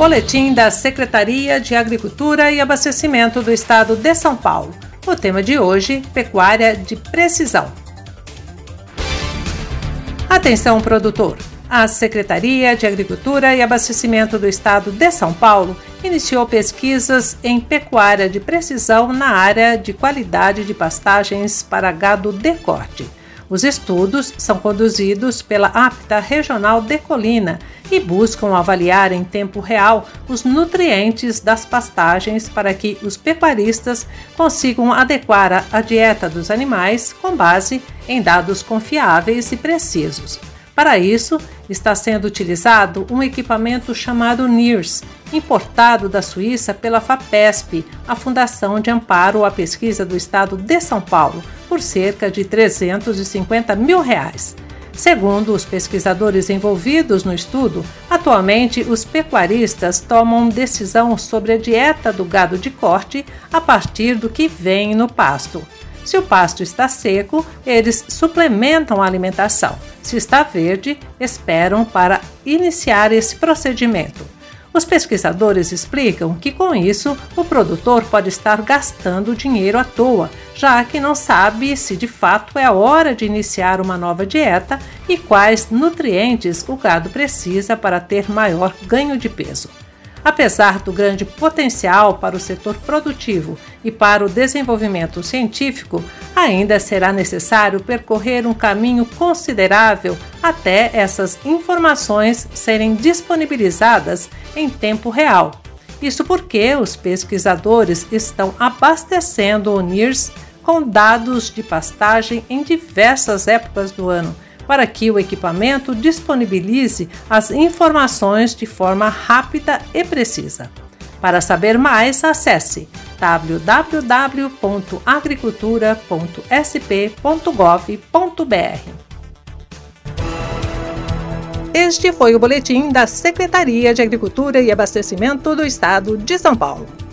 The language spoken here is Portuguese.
Boletim da Secretaria de Agricultura e Abastecimento do Estado de São Paulo. O tema de hoje, pecuária de precisão. Atenção, produtor! A Secretaria de Agricultura e Abastecimento do Estado de São Paulo iniciou pesquisas em pecuária de precisão na área de qualidade de pastagens para gado de corte. Os estudos são conduzidos pela APTA Regional de Colina e buscam avaliar em tempo real os nutrientes das pastagens para que os pecuaristas consigam adequar a dieta dos animais com base em dados confiáveis e precisos. Para isso, está sendo utilizado um equipamento chamado NIRS, importado da Suíça pela FAPESP, a Fundação de Amparo à Pesquisa do Estado de São Paulo, por cerca de R$350 mil. Segundo os pesquisadores envolvidos no estudo, atualmente os pecuaristas tomam decisão sobre a dieta do gado de corte a partir do que vem no pasto. Se o pasto está seco, eles suplementam a alimentação. Se está verde, esperam para iniciar esse procedimento. Os pesquisadores explicam que, com isso, o produtor pode estar gastando dinheiro à toa, já que não sabe se de fato é a hora de iniciar uma nova dieta e quais nutrientes o gado precisa para ter maior ganho de peso. Apesar do grande potencial para o setor produtivo e para o desenvolvimento científico, ainda será necessário percorrer um caminho considerável até essas informações serem disponibilizadas em tempo real. Isso porque os pesquisadores estão abastecendo o NIRS com dados de pastagem em diversas épocas do ano, para que o equipamento disponibilize as informações de forma rápida e precisa. Para saber mais, acesse www.agricultura.sp.gov.br. Este foi o boletim da Secretaria de Agricultura e Abastecimento do Estado de São Paulo.